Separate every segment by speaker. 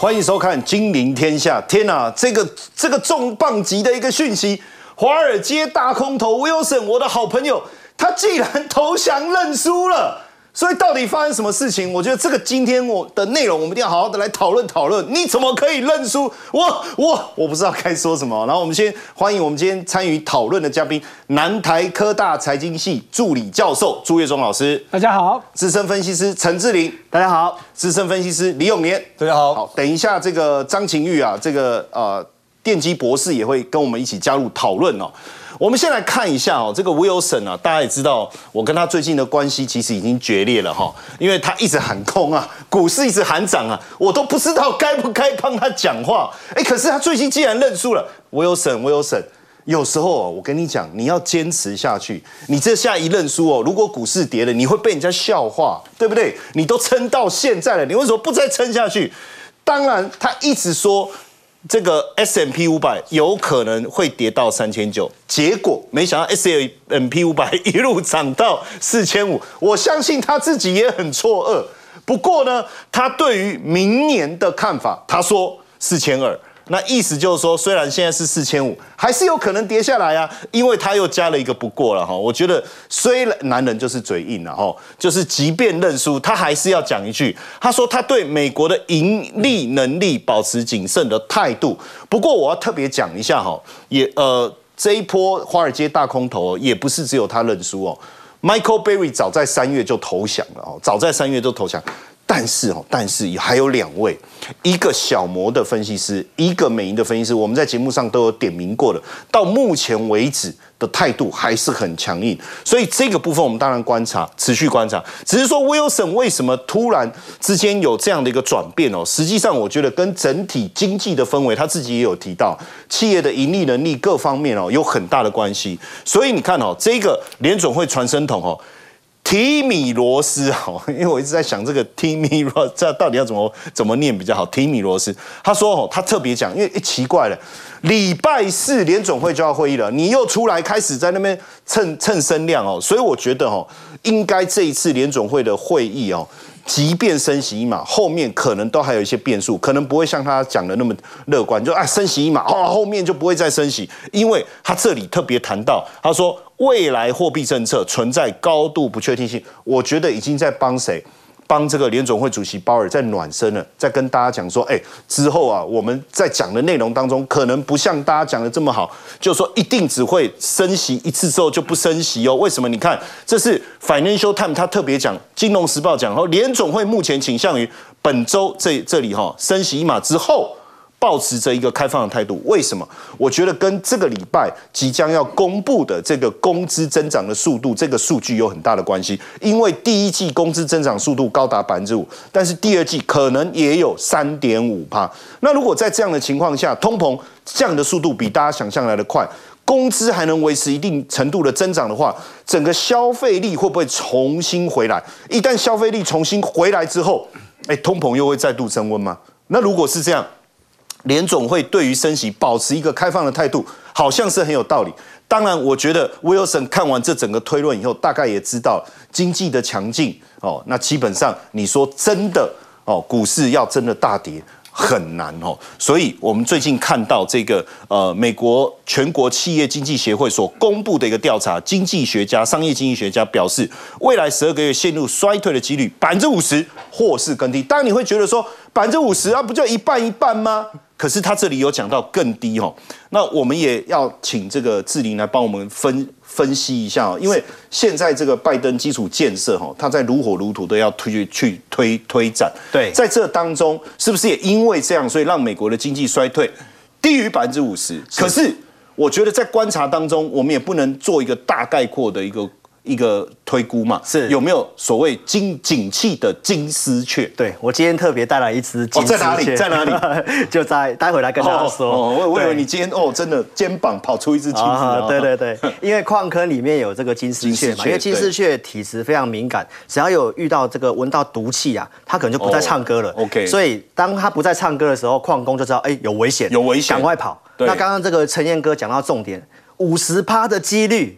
Speaker 1: 欢迎收看《金陵天下》。天哪，这个重磅级的一个讯息，华尔街大空头 Wilson， 我的好朋友，他竟然投降认输了。所以到底发生什么事情？我觉得这个今天我的内容，我们一定要好好的来讨论讨论。你怎么可以认输？我不知道该说什么。然后我们先欢迎我们今天参与讨论的嘉宾，南台科大财经系助理教授朱岳忠老师，
Speaker 2: 大家好；
Speaker 1: 资深分析师陈志霖，
Speaker 3: 大家好；
Speaker 1: 资深分析师李永年，
Speaker 4: 大家好。
Speaker 1: 好，等一下这个张晴玉啊，这个电机博士也会跟我们一起加入讨论哦。我们先来看一下哦，这个 Wilson 啊，大家也知道，我跟他最近的关系其实已经决裂了哈，因为他一直喊空啊，股市一直喊涨啊，我都不知道该不该帮他讲话。可是他最近既然认输了 ，Wilson， 有时候我跟你讲，你要坚持下去，你这下一认输哦，如果股市跌了，你会被人家笑话，对不对？你都撑到现在了，你为什么不再撑下去？当然，他一直说。这个 S&P 500有可能会跌到3900，结果没想到 S&P 500一路涨到4500，我相信他自己也很错愕。不过呢，他对于明年的看法，他说4200。那意思就是说，虽然现在是4500，还是有可能跌下来啊，因为他又加了一个不过了哈。我觉得虽然男人就是嘴硬了哈，就是即便认输，他还是要讲一句，他说他对美国的盈利能力保持谨慎的态度。不过我要特别讲一下哈，这一波华尔街大空头也不是只有他认输哦 ，Michael Burry 早在3月就投降了哦，但是还有2位，一个小摩的分析师，一个美银的分析师，我们在节目上都有点名过的，到目前为止的态度还是很强硬，所以这个部分我们当然持续观察。只是说 Wilson 为什么突然之间有这样的一个转变哦？实际上我觉得跟整体经济的氛围，他自己也有提到，企业的盈利能力各方面哦有很大的关系。所以你看哦，这个联准会传声筒哦。提米罗斯哦，因为我一直在想这个提米罗，这到底要怎么念比较好？提米罗斯，他说哦，他特别讲，因为奇怪了，礼拜四联准会就要会议了，你又出来开始在那边蹭声量哦，所以我觉得哦，应该这一次联准会的会议哦。即便升息1码，后面可能都还有一些变数，可能不会像他讲的那么乐观，就升息1码，后面就不会再升息，因为他这里特别谈到，他说未来货币政策存在高度不确定性，我觉得已经在帮谁？帮这个联准会主席鲍尔在暖身了，在跟大家讲说，之后啊，我们在讲的内容当中，可能不像大家讲的这么好，就是说一定只会升息一次之后就不升息哦。为什么？你看，这是 Financial Times 他特别讲，《金融时报》讲，联准会目前倾向于本周这里升息1码之后。抱持着一个开放的态度，为什么？我觉得跟这个礼拜即将要公布的这个工资增长的速度，这个数据有很大的关系。因为第一季工资增长速度高达5%，但是第二季可能也有3.5%。那如果在这样的情况下，通膨降的速度比大家想象来的快，工资还能维持一定程度的增长的话，整个消费力会不会重新回来？一旦消费力重新回来之后，通膨又会再度升温吗？那如果是这样，联总会对于升息保持一个开放的态度，好像是很有道理。当然，我觉得 Wilson 看完这整个推论以后，大概也知道经济的强劲哦。那基本上你说真的哦，股市要真的大跌很难哦。所以我们最近看到这个美国全国企业经济协会所公布的一个调查，商业经济学家表示，未来12个月陷入衰退的几率50%或是更低。当然你会觉得说50%啊，不就一半一半吗？可是他这里有讲到更低哦，那我们也要请这个志霖来帮我们分析一下哦，因为现在这个拜登基础建设哦，他在如火如荼的要推展。
Speaker 3: 对，
Speaker 1: 在这当中，是不是也因为这样，所以让美国的经济衰退低于50%？可是我觉得在观察当中，我们也不能做一个大概括的一个推估嘛，
Speaker 3: 是
Speaker 1: 有没有所谓景气的金丝雀？
Speaker 3: 对，我今天特别带来一只金丝雀，
Speaker 1: 在哪里？
Speaker 3: 就待会来跟大家说。
Speaker 1: 我以为你今天真的肩膀跑出一只金丝。
Speaker 3: 对，因为矿坑里面有这个金丝雀嘛，因为金丝雀体质非常敏感，只要有遇到这个闻到毒气啊，它可能就不再唱歌了。
Speaker 1: OK，
Speaker 3: 所以当它不再唱歌的时候，矿工就知道有危险，赶快跑。那刚刚这个陈彦哥讲到重点，50%的几率。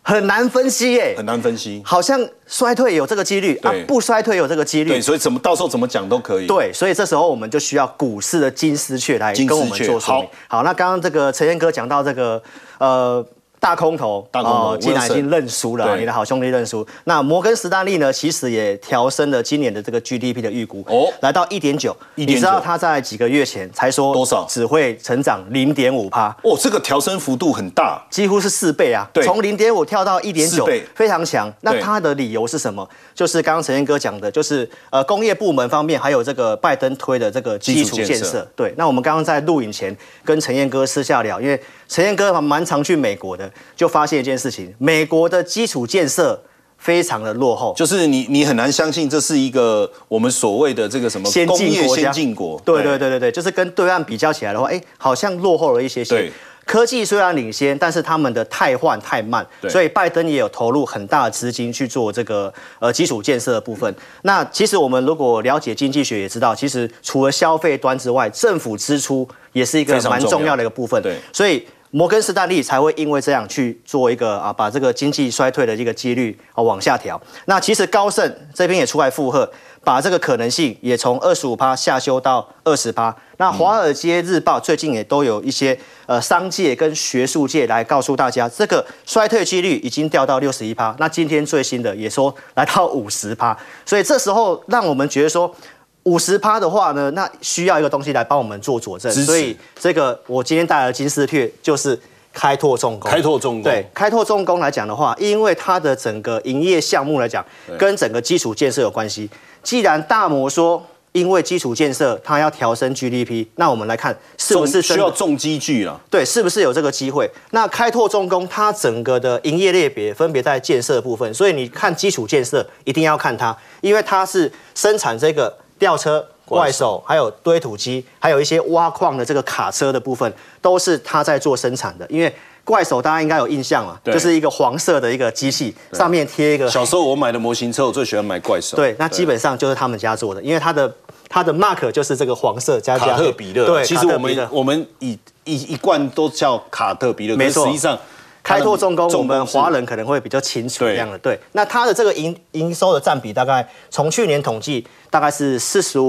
Speaker 3: 很难分析耶，
Speaker 1: 很难分析，
Speaker 3: 好像衰退有这个几率啊，不衰退有这个几率，
Speaker 1: 对，所以到时候怎么讲都可以。
Speaker 3: 对，所以这时候我们就需要股市的金丝雀来跟我们做说明。好，那刚刚这个陈彦哥讲到这个大空头，既然已经认输了，你的好兄弟认输。那摩根士丹利呢，其实也调升了今年的这个 GDP 的预估，来到1.9。你知道他在几个月前才说
Speaker 1: 多少？
Speaker 3: 只会成长0.5%。
Speaker 1: 这个调升幅度很大，
Speaker 3: 几乎是4倍啊！从0.5跳到1.9，非常强。那他的理由是什么？就是刚刚陈彦哥讲的，就是工业部门方面，还有这个拜登推的这个基础建设。对，那我们刚刚在录影前跟陈彦哥私下聊，因为陈彦哥蛮常去美国的，就发现一件事情：美国的基础建设非常的落后，
Speaker 1: 就是你很难相信这是一个我们所谓的这个什么工业先进国。
Speaker 3: 对，就是跟对岸比较起来的话，好像落后了一些。
Speaker 1: 对。
Speaker 3: 科技虽然领先，但是他们的汰换太慢，所以拜登也有投入很大的资金去做这个基础建设的部分。那其实我们如果了解经济学，也知道，其实除了消费端之外，政府支出也是一个蛮重要的一个部分。对，所以摩根士丹利才会因为这样去做一个把这个经济衰退的一个几率往下调。那其实高盛这边也出来附和，把这个可能性也从25%下修到20%。那华尔街日报最近也都有一些商界跟学术界来告诉大家，这个衰退几率已经掉到61%。那今天最新的也说来到50%。所以这时候让我们觉得说，50%的话呢，那需要一个东西来帮我们做佐证。所以这个我今天带来的金丝雀就是开拓重工。对，开拓重工来讲的话，因为它的整个营业项目来讲，跟整个基础建设有关系。既然大摩说因为基础建设它要调升 GDP， 那我们来看是不是
Speaker 1: 需要重机具了？
Speaker 3: 对，是不是有这个机会？那开拓重工它整个的营业类别分别在建设部分，所以你看基础建设一定要看它，因为它是生产这个吊车、怪手，还有堆土机，还有一些挖矿的这个卡车的部分，都是它在做生产的。因为怪手大家应该有印象嘛，就是一个黄色的一个机器，上面贴一个。
Speaker 1: 小时候我买的模型车，我最喜欢买怪手。
Speaker 3: 对，那基本上就是他们家做的，因为它的 mark 就是这个黄色加
Speaker 1: 卡特彼勒。
Speaker 3: 对，
Speaker 1: 其实我们一贯都叫卡特彼勒，
Speaker 3: 没错。
Speaker 1: 实际上
Speaker 3: 开拓重工，我们华人可能会比较清楚这样的。对，那它的这个营收的占比大概从去年统计大概是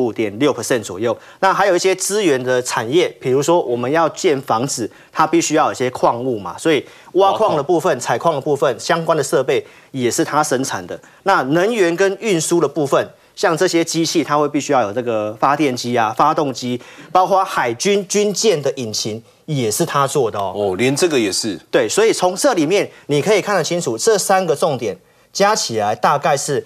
Speaker 3: 45.6% 左右。那还有一些资源的产业，比如说我们要建房子，它必须要有一些矿物嘛，所以挖矿的部分、采矿的部分相关的设备也是它生产的。那能源跟运输的部分，像这些机器，它会必须要有这个发电机啊、发动机，包括海军军舰的引擎也是他做的哦。
Speaker 1: 连这个也是。
Speaker 3: 对，所以从这里面你可以看得清楚，这3个重点加起来大概是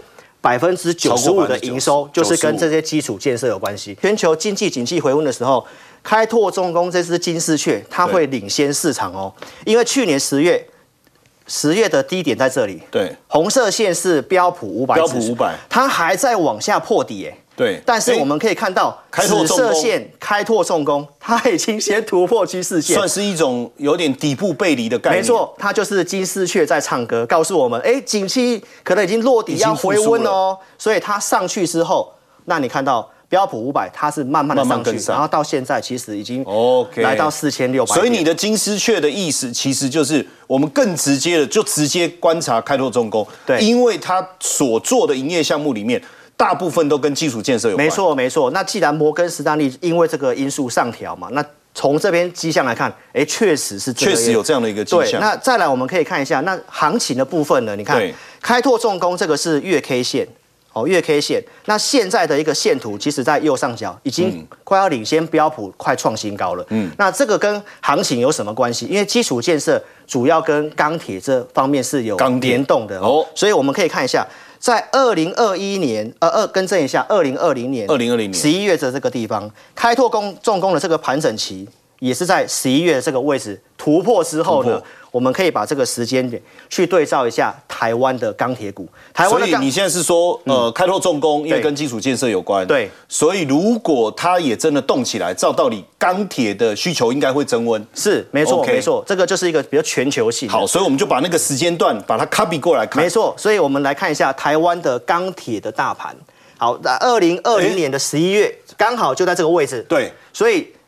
Speaker 3: 95%的营收，就是跟这些基础建设有关系。全球经济景气回温的时候，开拓重工这只金丝雀，它会领先市场哦，因为去年10月的低点在这里，
Speaker 1: 对，
Speaker 3: 红色线是标普500，它还在往下破底耶。
Speaker 1: 对，
Speaker 3: 但是我们可以看到紫色线开拓重工，它已经先突破趋势线，
Speaker 1: 算是一种有点底部背离的概念。
Speaker 3: 没错，它就是金丝雀在唱歌，告诉我们，景气可能已经落底，要回温哦。所以它上去之后，那你看到标普500，它是慢慢的上去，然后到现在其实已经来到4600。
Speaker 1: 所以你的金丝雀的意思，其实就是我们更直接的，就直接观察开拓重工，
Speaker 3: 对，
Speaker 1: 因为它所做的营业项目里面，大部分都跟基础建设有关。
Speaker 3: 没错。那既然摩根士丹利因为这个因素上调嘛，那从这边迹象来看，确实是
Speaker 1: 确实有这样的一个迹象。
Speaker 3: 对，那再来我们可以看一下，那行情的部分呢？你看，开拓重工这个是月 K 线。月 K 线，那现在的一个线图，其实在右上角已经快要领先标普，快创新高了。那这个跟行情有什么关系？因为基础建设主要跟钢铁这方面是有联动的所以我们可以看一下，在2021年，更正一下，2020年11月的这个地方，开拓重工的这个盘整期，也是在11月的这个位置突破之后呢，我们可以把这个时间点去对照一下台湾的钢铁股。
Speaker 1: 所以你现在是说，开拓重工因为跟基础建设有关，
Speaker 3: 对，
Speaker 1: 所以如果它也真的动起来，照道理钢铁的需求应该会增温。
Speaker 3: 是，没错，没错，这个就是一个比较全球性的。
Speaker 1: 好，所以我们就把那个时间段把它 copy 过来看。
Speaker 3: 没错，所以我们来看一下台湾的钢铁的大盘。好，那2020年的11月刚好就在这个位置。
Speaker 1: 对，
Speaker 3: 所以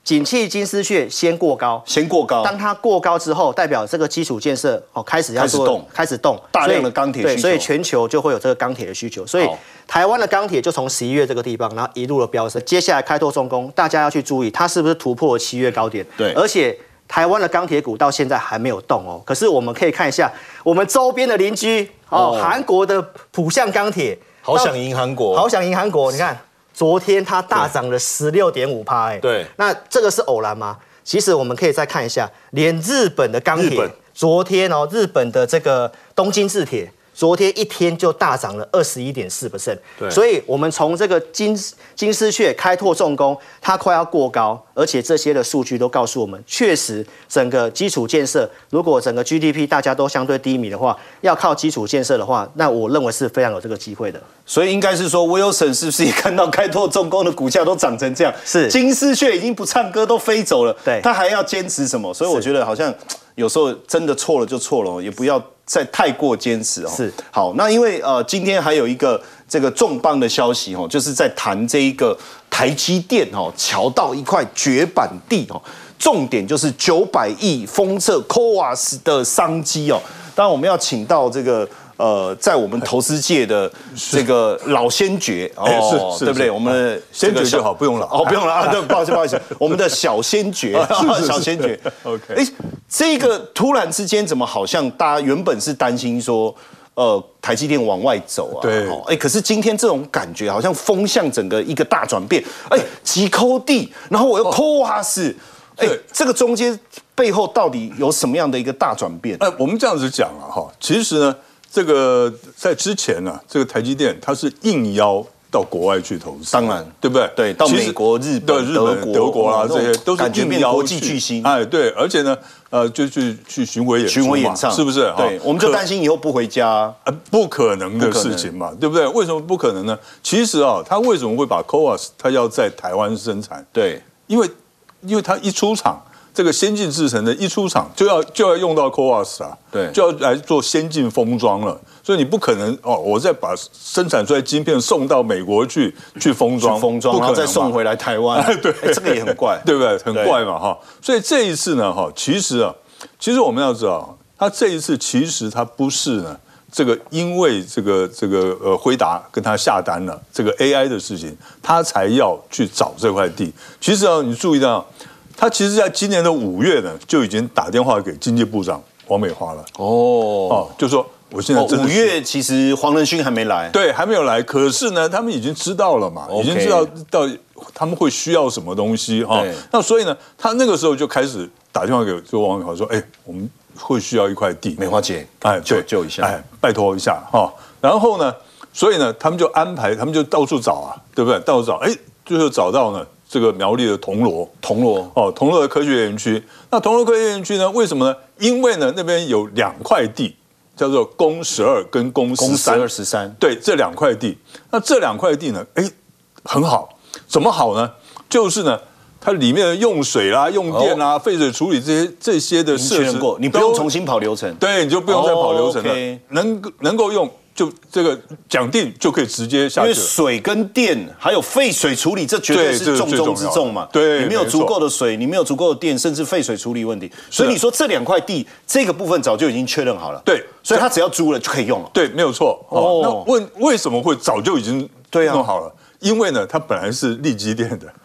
Speaker 3: 景气金丝雀先过高，当它过高之后，代表这个基础建设开始动，
Speaker 1: 大量的钢铁需求，
Speaker 3: 所以全球就会有这个钢铁的需求。所以台湾的钢铁就从11月这个地方，然后一路的飙升。接下来开拓重工，大家要去注意，它是不是突破了7月高点？
Speaker 1: 对，
Speaker 3: 而且台湾的钢铁股到现在还没有动哦。可是我们可以看一下我们周边的邻居韩国的浦项钢铁，
Speaker 1: 好想赢韩国，
Speaker 3: 你看。昨天它大涨了16.5%，哎，
Speaker 1: 对，
Speaker 3: 那这个是偶然吗？其实我们可以再看一下，连日本的钢铁，昨天日本的这个东京制铁，昨天一天就大涨了21.4%。
Speaker 1: 对，
Speaker 3: 所以我们从这个金丝雀开拓重工，它快要过高，而且这些的数据都告诉我们，确实整个基础建设，如果整个 GDP 大家都相对低迷的话，要靠基础建设的话，那我认为是非常有这个机会的。
Speaker 1: 所以应该是说 ，Wilson 是不是也看到开拓重工的股价都涨成这样？
Speaker 3: 是，
Speaker 1: 金丝雀已经不唱歌都飞走了，
Speaker 3: 对，
Speaker 1: 他还要坚持什么？所以我觉得好像有时候真的错了就错了，也不要再太过坚持哦。
Speaker 3: 是，
Speaker 1: 好，那因为今天还有一个这个重磅的消息哦，就是在谈这一个台积电瞧到一块绝版地重点就是900亿封测 CoWoS 的商机哦。当然我们要请到这个。在我们投资界的这个老先觉对不对？我们的
Speaker 2: 先觉就好，不用了
Speaker 1: 不用了啊！对，不好意思，我们的小先觉，小先觉。
Speaker 2: OK，
Speaker 1: 这个突然之间怎么好像大家原本是担心说，台积电往外走啊？
Speaker 2: 对，
Speaker 1: 可是今天这种感觉好像风向整个一个大转变，急抠地，然后我又抠瓦斯，这个中间背后到底有什么样的一个大转变？
Speaker 2: 我们这样子讲啊，其实呢。这个在之前呢，这个台积电它是应邀到国外去投资，
Speaker 1: 当然，
Speaker 2: 对不对？
Speaker 1: 对，到美国、日本、
Speaker 2: 德国啦，这些都是应邀
Speaker 1: 国际巨星。
Speaker 2: 对，而且呢，就去巡回演唱，是不是？
Speaker 1: 对，我们就担心以后不回家，
Speaker 2: 不可能的事情嘛，对不对？为什么不可能呢？其实他为什么会把 CoWoS 它要在台湾生产？
Speaker 1: 对，
Speaker 2: 因为它一出厂。这个先进制程的一出厂就要用到 CoWoS 啊，
Speaker 1: 对，
Speaker 2: 就要来做先进封装了，所以你不可能我再把生产出来晶片送到美国去封装，
Speaker 1: 然后再送回来台湾，
Speaker 2: 对，
Speaker 1: 这个也很怪，
Speaker 2: 对不对？很怪嘛所以这一次呢其实我们要知道，它这一次其实它不是呢这个因为这个辉达跟他下单了这个 AI 的事情，他才要去找这块地。其实你注意到。他其实在今年的5月呢，就已经打电话给经济部长王美花了。就说我现在真的
Speaker 1: 5月其实黄仁勋还没来，
Speaker 2: 对，还没有来。可是呢，他们已经知道了嘛，已经知道到他们会需要什么东西那所以呢，他那个时候就开始打电话给这个王美花说：“我们会需要一块地，
Speaker 1: 美花姐，救一下，
Speaker 2: 拜托一下然后呢，所以呢，他们就安排，他们就到处找啊，对不对？到处找，最后找到呢。这个苗栗的铜锣的科学园区，那铜锣科学园区呢？为什么呢？因为呢那边有2块地，叫做公12跟公13，对，这2块地。那这2块地呢，很好，怎么好呢？就是呢，它里面的用水啦、用电啦、废水处理这些的设施，
Speaker 1: 你不用重新跑流程，
Speaker 2: 对，你就不用再跑流程了，能够用。就这个讲定就可以直接下去了，
Speaker 1: 因为水跟电还有废水处理，这绝对是重中之重嘛。
Speaker 2: 对，
Speaker 1: 你没有足够的水，你没有足够的电，甚至废水处理问题。所以你说这2块地这个部分早就已经确认好了。
Speaker 2: 对，
Speaker 1: 所以他只要租了就可以用了。
Speaker 2: 对，没有错。那为什么会早就已经弄好了？因为呢，它本来是力积电的。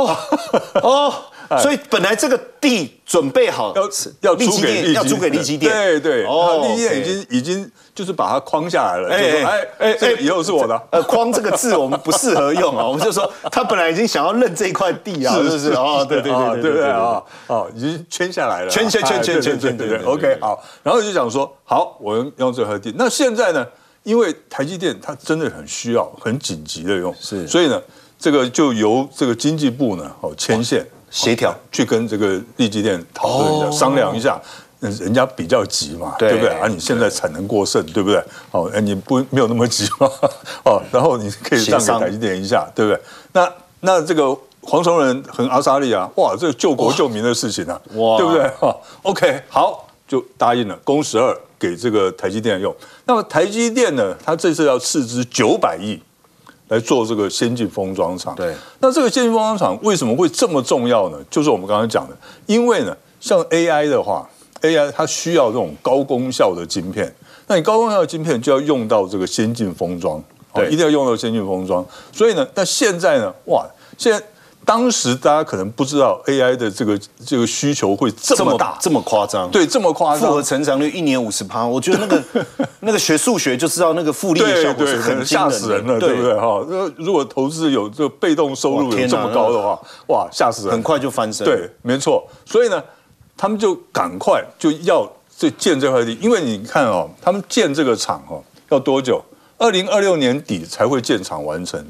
Speaker 1: 所以本来这个地准备好
Speaker 2: 要租给
Speaker 1: 力积电，
Speaker 2: 对，力积电已经就是把它框下来了，就说这以后是我的。
Speaker 1: 框这个字我们不适合用我们就说他本来已经想要认这块地啊，是不是？
Speaker 2: 对，已经圈下来了，
Speaker 1: 圈，
Speaker 2: 对 ，OK， 好，然后就讲说，好，我用这块地。那现在呢，因为台积电它真的很需要、很紧急的用，所以呢，这个就由这个经济部呢牵线。
Speaker 1: 协调
Speaker 2: 去跟这个力积电讨论一下，商量一下，人家比较急嘛，对不对？你现在产能过剩，对不对？你没有那么急嘛？然后你可以让给台积电一下，对不对？那这个黄崇仁很阿莎利啊，哇，这个救国救民的事情啊，对不对？OK， 好，就答应了，公12给这个台积电用。那么台积电呢，它这次要斥资900亿来做这个先进封装厂。
Speaker 1: 对，
Speaker 2: 那这个先进封装厂为什么会这么重要呢？就是我们刚才讲的，因为呢，像 AI 的话 ，AI 它需要这种高功效的晶片，那你高功效的晶片就要用到这个先进封装，
Speaker 1: 对，
Speaker 2: 一定要用到先进封装。所以呢，那现在呢，哇，现在。当时大家可能不知道 AI 的这个需求会这么大，
Speaker 1: 这么夸张，
Speaker 2: 对，这么夸张，
Speaker 1: 复合成长率1年50%，我觉得那个学数学就知道那个复利的效果是很惊人的，
Speaker 2: 吓死人了，对不对哈？如果投资有这个被动收入有这么高的话，哇，吓死人，
Speaker 1: 很快就翻身。
Speaker 2: 对，没错。所以呢，他们就赶快就要建这块地，因为你看哦，他们建这个厂哦要多久？2026年底才会建厂完成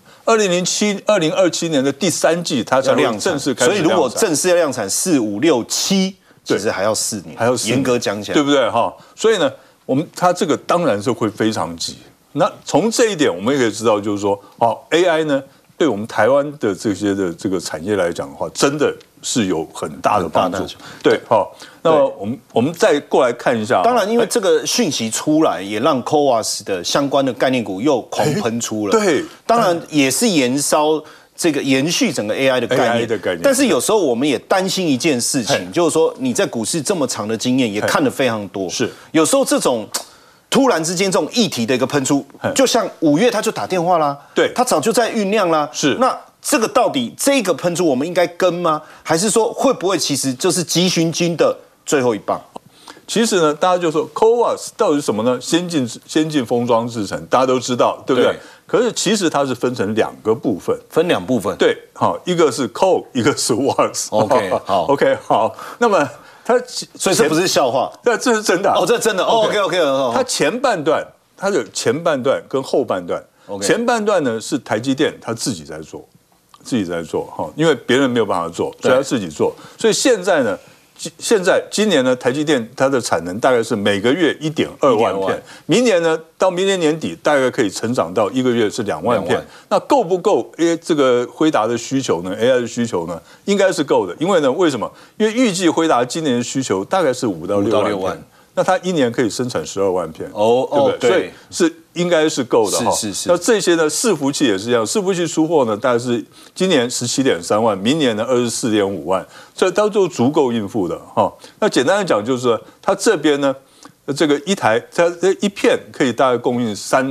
Speaker 2: ，2027年的第3季它才会正式开始量产。
Speaker 1: 所以如果正式要量产4、5、6、7，其实还要4年，
Speaker 2: 还要4年，
Speaker 1: 严格讲起来，
Speaker 2: 对不对哈？所以呢，它这个当然是会非常急。那从这一点我们也可以知道，就是说，AI 呢对我们台湾的这些的这个产业来讲的话，真的是有很大的帮助。对，好。那么我们再过来看一下，
Speaker 1: 当然，因为这个讯息出来，也让 CoWoS 的相关的概念股又狂喷出了。
Speaker 2: 对，
Speaker 1: 当然也是延续整个 AI 的概念。但是有时候我们也担心一件事情，就是说你在股市这么长的经验，也看得非常多。
Speaker 2: 是，
Speaker 1: 有时候这种突然之间这种议题的一个喷出，就像5月他就打电话啦，
Speaker 2: 对，
Speaker 1: 他早就在酝酿啦。
Speaker 2: 是，
Speaker 1: 那。这个到底这个喷出我们应该跟吗？还是说会不会其实就是急寻金的最后一棒？
Speaker 2: 其实呢，大家就说 CoWoS 到底是什么呢？先进封装制程，大家都知道，对不对？可是其实它是分成2个部分，
Speaker 1: 分2部分。
Speaker 2: 对，好，一个是 Co， 一个是 WoS。
Speaker 1: OK， 好
Speaker 2: ，OK， 好。那么
Speaker 1: 所以这不是笑话，
Speaker 2: 对，这是真的。
Speaker 1: 这真的。OK，
Speaker 2: 它前半段，它的前半段跟后半段，前半段呢是台积电它自己在做哈，因为别人没有办法做，所以他自己做。所以现在今年呢，台积电它的产能大概是每个月1.2万片，明年呢到明年年底大概可以成长到1个月是2万片。那够不够？这个辉达的需求呢 ，AI 的需求呢，应该是够的。因为呢，为什么？因为预计辉达今年的需求大概是5到6万片，那它1年可以生产12万片，对不对？所以是应该是够的哈。
Speaker 1: 是。
Speaker 2: 那这些呢，伺服器也是一样，伺服器出货呢，大概是今年17.3万，明年呢24.5万，所以它就足够应付的哈。那简单的讲，就是它这边呢，这个它一片可以大概供应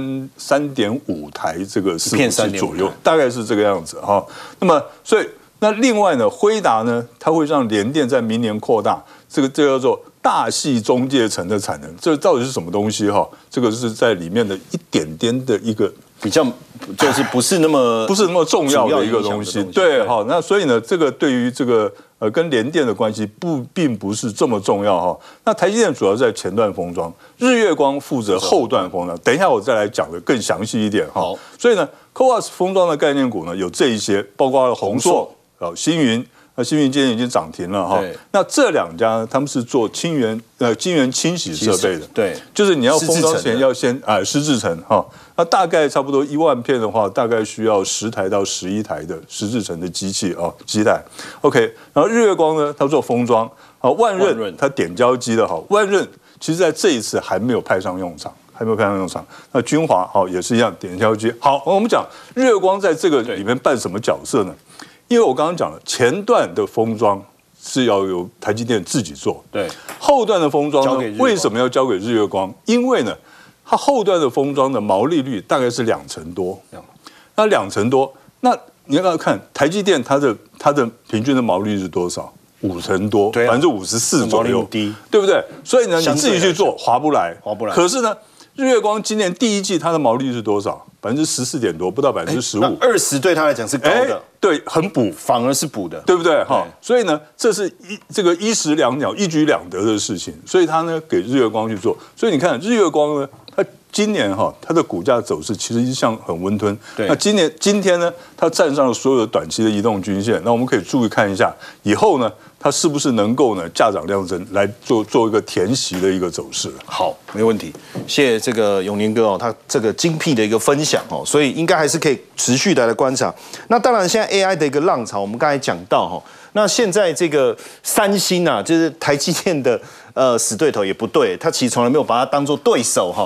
Speaker 2: 3.5台这个伺服器左右，大概是这个样子哈。那么所以那另外呢，辉达呢，它会让联电在明年扩大这叫做大系中介层的产能，这到底是什么东西哈？这个是在里面的一点点的一个
Speaker 1: 比较，就是不是那么
Speaker 2: 重要的一个东西。对，好，那所以呢，这个对于这个跟联电的关系并不是这么重要哈。那台积电主要在前段封装，日月光负责后段封装。等一下我再来讲的更详细一点哈。所以呢 ，CoWoS 封装的概念股呢有这一些，包括了宏硕、星云。星云今天已经涨停了哈。那这2家呢，他们是做晶圆清洗设备的。
Speaker 1: 对，
Speaker 2: 就是你要封装前要先湿制程哈。那大概差不多1万片的话，大概需要10台到11台的湿制程的机器机台。OK， 然后日月光呢，它做封装。万润它点胶机的哈。万润其实在这一次还没有派上用场。那君华也是一样点胶机。好，我们讲日月光在这个里面扮什么角色呢？因为我刚刚讲了，前段的封装是要由台积电自己做，
Speaker 1: 对，
Speaker 2: 后段的封装呢，为什么要交给日月光？因为呢，它后段的封装的毛利率大概是2成多，那2成多，那你要看台积电它的平均的毛利率是多少？5成多，54%左右，对不对？所以呢，你自己去做划不来。可是呢，日月光今年第1季它的毛利率是多少？14%点多，不到15%。
Speaker 1: 20对他来讲是高的，
Speaker 2: 对，很补，
Speaker 1: 反而是补的，
Speaker 2: 对不对？哈，所以呢，这是这个一石两鸟、一举两得的事情，所以他呢给日月光去做。所以你看日月光呢，它今年它的股价走势其实一向很温吞。那今天呢，它站上了所有的短期的移动均线。那我们可以注意看一下，以后呢，它是不是能够呢价涨量增来做一个填息的一个走势？
Speaker 1: 好，没问题。谢谢这个永年哥他这个精辟的一个分享所以应该还是可以持续的来观察。那当然，现在 AI 的一个浪潮，我们刚才讲到那现在这个三星就是台积电的死对头也不对，他其实从来没有把它当做对手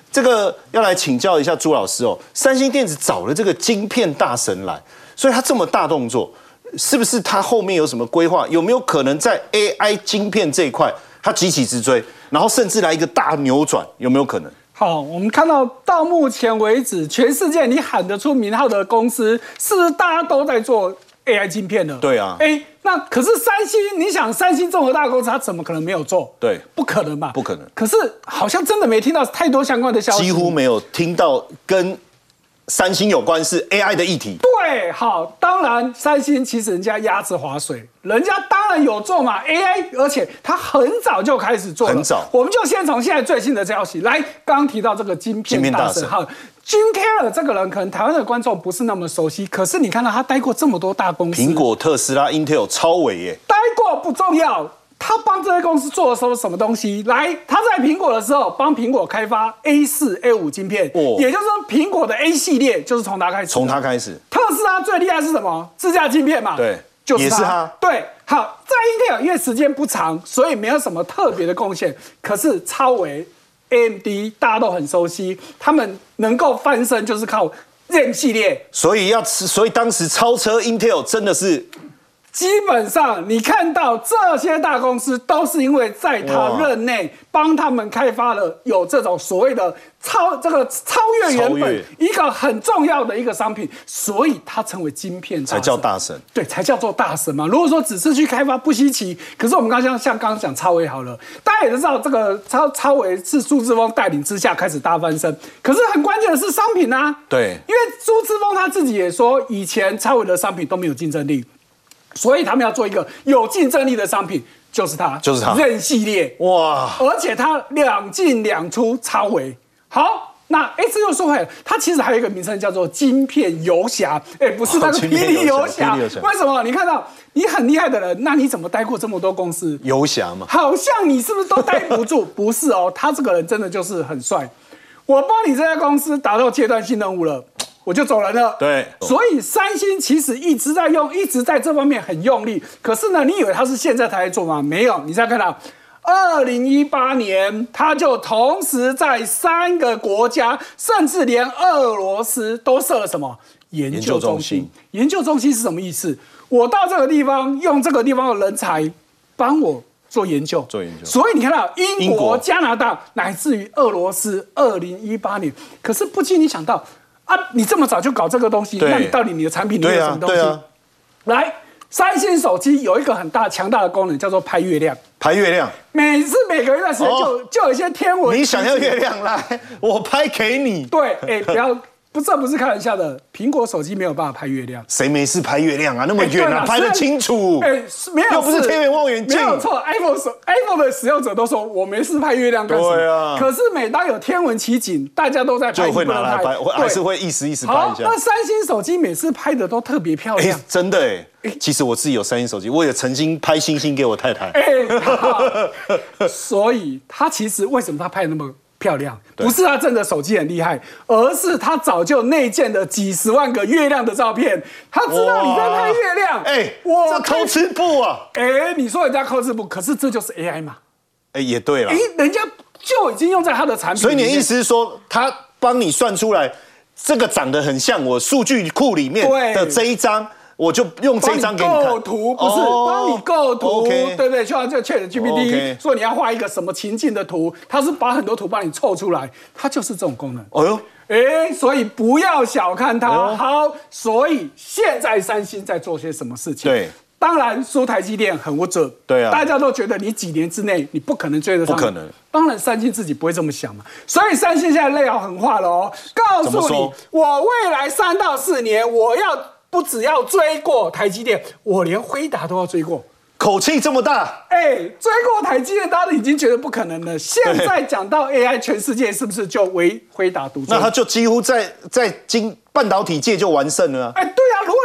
Speaker 1: 这个要来请教一下朱老师哦，三星电子找了这个晶片大神来，所以他这么大动作，是不是他后面有什么规划？有没有可能在 AI 晶片这一块，他急起直追，然后甚至来一个大扭转，有没有可能？
Speaker 4: 好，我们看到目前为止，全世界你喊得出名号的公司，是不是大家都在做 AI 晶片了？
Speaker 1: 对啊。
Speaker 4: 那可是三星，你想三星这么大公司，它怎么可能没有做？
Speaker 1: 对，
Speaker 4: 不可能吧？
Speaker 1: 不可能。
Speaker 4: 可是好像真的没听到太多相关的消息，
Speaker 1: 几乎没有听到跟三星有关是 AI 的议题。
Speaker 4: 对，好，当然三星其实人家鸭子划水，人家当然有做嘛 AI， 而且他很早就开始做了。
Speaker 1: 很早，
Speaker 4: 我们就先从现在最新的消息来，刚刚提到这个晶片大神哈。Jim Keller 这个人可能台湾的观众不是那么熟悉，可是你看到他待过这么多大公司，
Speaker 1: 苹果、特斯拉、Intel、超微耶，
Speaker 4: 待过不重要，他帮这些公司做了什么东西？来，他在苹果的时候帮苹果开发 A4、A5 晶片，也就是说苹果的 A 系列就是从他开始。
Speaker 1: 从他开始。
Speaker 4: 特斯拉最厉害是什么？自家晶片嘛，
Speaker 1: 对，
Speaker 4: 就是
Speaker 1: 也是他。
Speaker 4: 对，好，在 Intel 因为时间不长，所以没有什么特别的贡献，可是超微。AMD 大家都很熟悉，他们能够翻身就是靠 Zen 系列，
Speaker 1: 所以当时超车 Intel 真的是，
Speaker 4: 基本上你看到这些大公司都是因为在他任内帮他们开发了有这种所谓的超越原本一个很重要的一个商品，所以他成为晶片大神，
Speaker 1: 才叫大神，
Speaker 4: 对，才叫做大神嘛。如果说只是去开发不稀奇，可是我们刚刚讲超微好了，大家也知道这个超微是苏志峰带领之下开始大翻身，可是很关键的是商品啊，
Speaker 1: 对，
Speaker 4: 因为苏志峰他自己也说，以前超微的商品都没有竞争力。所以他们要做一个有竞争力的商品，就是它Zen系列哇，而且它2进2出超微好。那这又说回来，它其实还有一个名称叫做晶片游侠，不是那个霹雳游侠。为什么？你看到你很厉害的人，那你怎么待过这么多公司？
Speaker 1: 游侠嘛，
Speaker 4: 好像你是不是都待不住？不是哦，他这个人真的就是很帅。我帮你这家公司达到阶段性任务了。我就走人了。
Speaker 1: 对，
Speaker 4: 所以三星其实一直在这方面很用力。可是呢，你以为他是现在才在做吗？没有，你再看到2018年，他就同时在3个国家，甚至连俄罗斯都设了什么研究中心？研究中心是什么意思？我到这个地方，用这个地方的人才帮我做研究。所以你看到英国、加拿大，乃至于俄罗斯，2018年，可是不禁你想到。你这么早就搞这个东西，那你到底你的产品里面有什么东西？来，三星手机有一个很强大的功能，叫做拍月亮。拍月亮，每个月的时间就有一些天文。你想要月亮来，我拍给你。对，不要。这不是开玩笑的，苹果手机没有办法拍月亮。谁没事拍月亮啊？那么远啊，拍得清楚。没有，又不是天文望远镜。没有错 ，iPhone 的使用者都说我没事拍月亮干什么？对啊。可是每当有天文奇景，大家都在拍，就会拿来拍，还是会意思拍一下。好，那三星手机每次拍的都特别漂亮。真的其实我自己有三星手机，我也曾经拍星星给我太太。所以他其实为什么他拍的那么漂亮，不是他真的手机很厉害，而是他早就内建了几十万个月亮的照片，他知道你在拍月亮。这偷吃不啊？你说人家偷吃不，可是这就是 AI 嘛？也对了，人家就已经用在他的产品里面。所以你的意思是说，他帮你算出来，这个长得很像我数据库里面的这一张。我就用这张给你看，构图不是帮你构图，对不对？就像这个 ChatGPT 说你要画一个什么情境的图，它是把很多图帮你凑出来，它就是这种功能。所以不要小看它。好，所以现在三星在做些什么事情？对，当然输台积电很不准，对啊，大家都觉得你几年之内你不可能追得上，不可能。当然三星自己不会这么想嘛，所以三星现在内行狠话了哦，告诉你，我未来3到4年我要。不只要追过台积电，我连辉达都要追过，口气这么大。追过台积电，大家已经觉得不可能了。现在讲到 AI， 全世界是不是就唯辉达独尊？那他就几乎在半导体界就完胜了。对啊，如果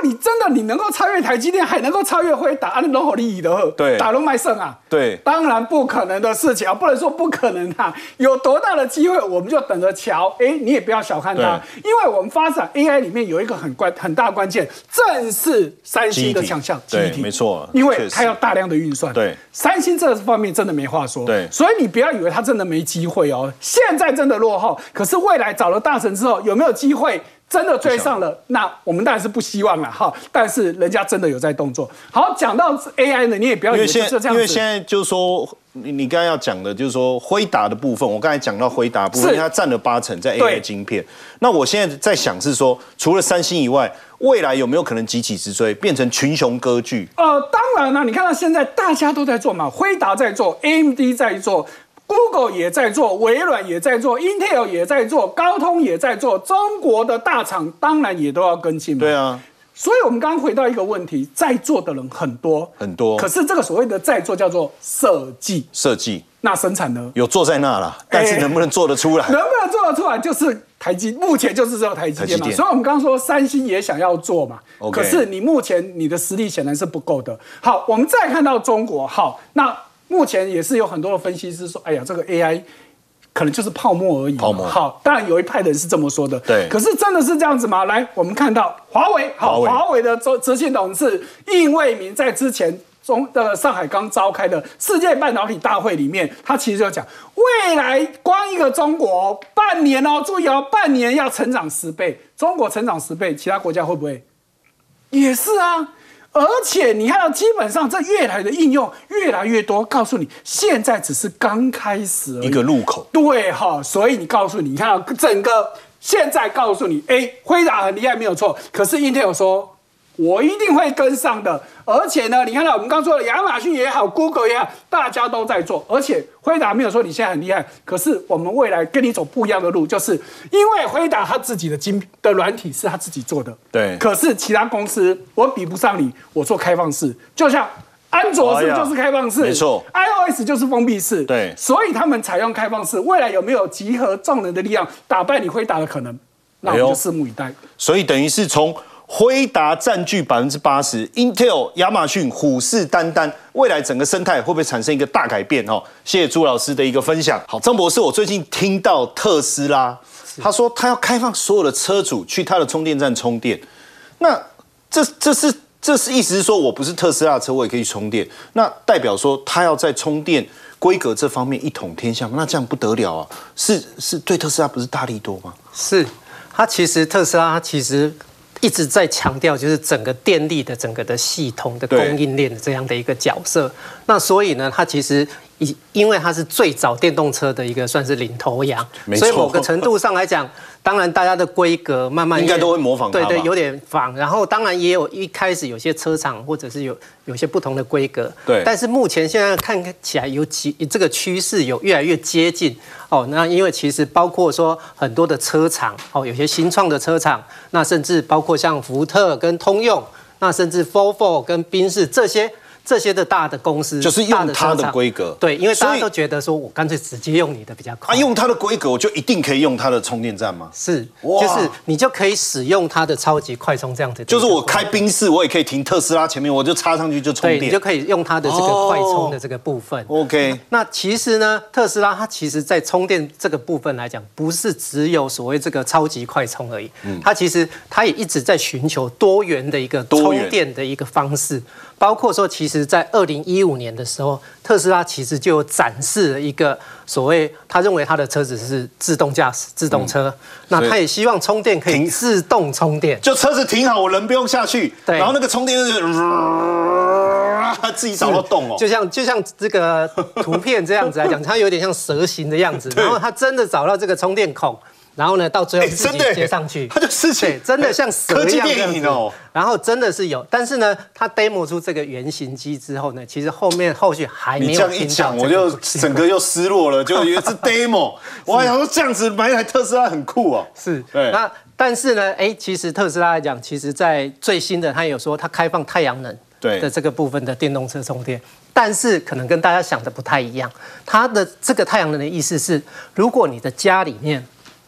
Speaker 4: 你真的能够超越台积电，还能够超越辉达，那龙火利益的，
Speaker 1: 对，
Speaker 4: 打龙卖肾啊，
Speaker 1: 对，
Speaker 4: 当然不可能的事情啊，不能说不可能啊，有多大的机会我们就等着瞧。你也不要小看它，因为我们发展 AI 里面有一个很大的关键，正是三星的强项，
Speaker 1: 对，没错，
Speaker 4: 因为它要大量的运算，
Speaker 1: 对，
Speaker 4: 三星这方面真的没话说，
Speaker 1: 对，
Speaker 4: 所以你不要以为它真的没机会哦，现在真的落后，可是未来找了大神之后，有没有机会？真的追上了，那我们当然是不希望了哈。但是人家真的有在动作。好，讲到 AI 呢，你也不要以为就这样子。
Speaker 1: 因为现在就是说，你刚才要讲的就是说辉达的部分，我刚才讲到辉达的部分，因为它占了80%在 AI 晶片。那我现在在想是说，除了三星以外，未来有没有可能急起直追，变成群雄割据？
Speaker 4: 当然了，你看到现在大家都在做嘛，辉达在做 ，AMD 在做。Google 也在做，微软也在做 ，Intel 也在做，高通也在做，中国的大厂当然也都要跟进嘛。
Speaker 1: 对啊，
Speaker 4: 所以我们刚刚回到一个问题，在做的人很多
Speaker 1: 很多，
Speaker 4: 可是这个所谓的在做叫做设计，那生产呢？
Speaker 1: 有做在那啦，但是能不能做得出来？
Speaker 4: 能不能做得出来，就是目前就是只有台积电嘛。所以我们刚刚说三星也想要做嘛，可是你目前你的实力显然是不够的。好，我们再看到中国，好，那。目前也是有很多的分析师说，哎呀，这个 AI 可能就是泡沫而已。
Speaker 1: 泡沫。
Speaker 4: 好，当然有一派人是这么说的。
Speaker 1: 对。
Speaker 4: 可是真的是这样子吗？来，我们看到华为，好，华为的执行董事应卫民在之前上海刚召开的世界半导体大会里面，他其实就讲，未来光一个中国半年哦，注意哦，半年要成长10倍，中国成长10倍，其他国家会不会？也是啊。而且你看到，基本上这越来的应用越来越多。告诉你，现在只是刚开始而已，
Speaker 1: 一个入口。
Speaker 4: 对哈，所以你看到整个现在告诉你，辉达很厉害没有错，可是 Intel 说，我一定会跟上的。而且呢，你看到我们刚说的亚马逊也好 ，Google 也好，大家都在做。而且辉达没有说你现在很厉害，可是我们未来跟你走不一样的路，就是因为辉达他自己的软体是他自己做的，
Speaker 1: 对。
Speaker 4: 可是其他公司我比不上你，我做开放式，就像安卓就是开放式，
Speaker 1: 没错
Speaker 4: ，iOS 就是封闭式，
Speaker 1: 对。
Speaker 4: 所以他们采用开放式，未来有没有集合众人的力量打败你辉达的可能？那我们就拭目以待。
Speaker 1: 所以等于是从辉达占据80%，Intel、亚马逊虎视眈眈，未来整个生态会不会产生一个大改变？谢谢朱老师的一个分享。好，张博士，我最近听到特斯拉，他说他要开放所有的车主去他的充电站充电，那这是意思是说我不是特斯拉的车，我也可以充电，那代表说他要在充电规格这方面一统天下，那这样不得了啊！是对特斯拉不是大利多吗？
Speaker 5: 是，特斯拉其实一直在强调，就是整个电力的整个的系统的供应链的这样的一个角色。那所以呢，它其实因为它是最早电动车的一个算是领头羊，所以某个程度上来讲，当然大家的规格慢慢
Speaker 1: 应该都会模仿它吧，
Speaker 5: 对，有点仿。然后当然也有一开始有些车厂或者是有些不同的规格，
Speaker 1: 对。
Speaker 5: 但是目前现在看起来这个趋势有越来越接近哦。那因为其实包括说很多的车厂哦，有些新创的车厂，那甚至包括像福特跟通用，那甚至 Volvo 跟宾士这些的大的公司，
Speaker 1: 就是用它的规格，
Speaker 5: 对，因为大家都觉得说我干脆直接用你的比较快。
Speaker 1: 用它的规格，我就一定可以用它的充电站吗？
Speaker 5: 是，就是你就可以使用它的超级快充这样子。
Speaker 1: 就是我开宾士，我也可以停特斯拉前面，我就插上去就充电。
Speaker 5: 对，你就可以用它的这个快充的这个部分。
Speaker 1: OK。
Speaker 5: 那其实呢，特斯拉它其实在充电这个部分来讲，不是只有所谓这个超级快充而已，它其实它也一直在寻求多元的一个充电的一个方式。包括说，其实，在2015年的时候，特斯拉其实就有展示了一个所谓，他认为他的车子是自动驾驶、自动车，那他也希望充电可以自动充电，
Speaker 1: 就车子停好，我人不用下去，然后那个充电就它自己找到洞哦，
Speaker 5: 就像这个图片这样子来讲，它有点像蛇形的样子，然后它真的找到这个充电孔。然后呢，到最后自己接上去，
Speaker 1: 它就事情
Speaker 5: 真的像蛇一样
Speaker 1: 电影哦。
Speaker 5: 然后真的是有，但是呢，它 demo 出这个原型机之后呢，其实后续还没有。
Speaker 1: 你这样一讲，我就整个又失落了，就以为是 demo。我还想说这样子买一台特斯拉很酷哦。
Speaker 5: 是，那但是呢，其实特斯拉来讲，其实在最新的，它有说它开放太阳能的这个部分的电动车充电。但是可能跟大家想的不太一样，它的这个太阳能的意思是，如果你的家里面